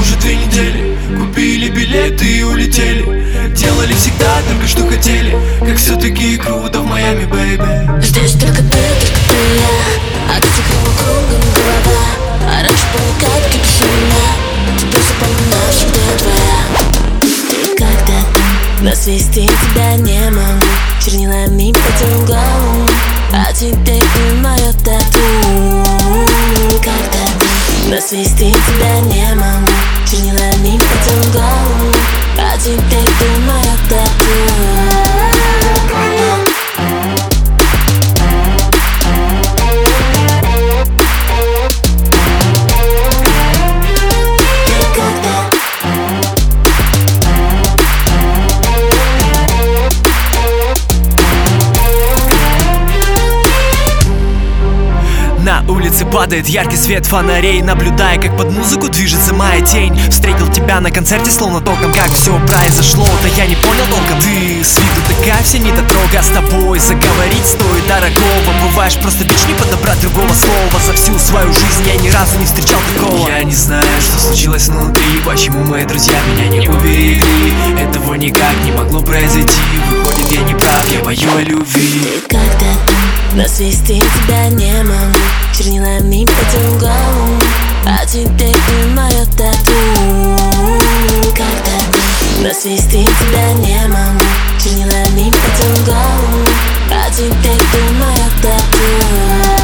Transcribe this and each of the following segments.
уже 2 недели. Купили билеты и улетели. Делали всегда только что хотели. Как все-таки круто в Майами, бэйби. Здесь только ты и я, а ты закрыла кругом голова. А раньше помню, как ты без меня. Теперь запомню навсегда твоя. И когда-то насвистеть тебя не могу. Чернилами потянул голову, а теперь ты мое тату. Когда-то насвистеть тебя не могу. Чернилами потянул голову, а теперь ты мое тату. На улице падает яркий свет фонарей, наблюдая, как под музыку движется моя тень. Встретил тебя на концерте словно током. Как все произошло, да я не понял толком. Ты с виду такая вся не дотрога. С тобой заговорить стоит дорогого. Бываешь просто бич, не подобрать другого слова. За всю свою жизнь я ни разу не встречал такого. Я не знаю, что случилось внутри. Почему мои друзья меня не уберегли. Этого никак не могло произойти. Выходит, я не прав, я пою о любви. И когда-то насвистеть тебя не могу. Чернилами потянул голову, а теперь ты мое тату. Когда-то насвистеть тебя не могу. Чернилами потянул голову, а теперь ты мое тату.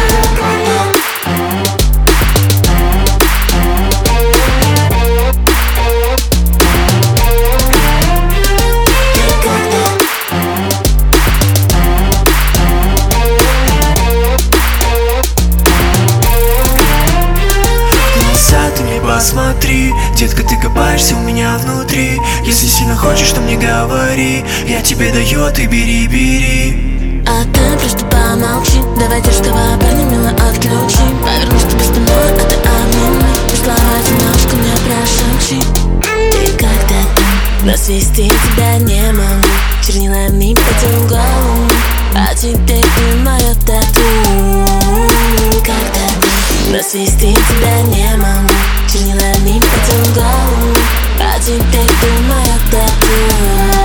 Посмотри, детка, ты копаешься у меня внутри. Если сильно хочешь, то мне говори. Я тебе даю, а ты бери. А ты просто помолчи. Давай дерзкого парня мило отключи. Повернусь тебе спиной, а ты обними. Без слова немножко мне прошепчи. И когда-то насвистеть тебя не могу. Чернилами потянул голову, а теперь ты мое тату. Когда-то насвистеть тебя не могу. Чернилами потянул голову, а теперь ты мое тату.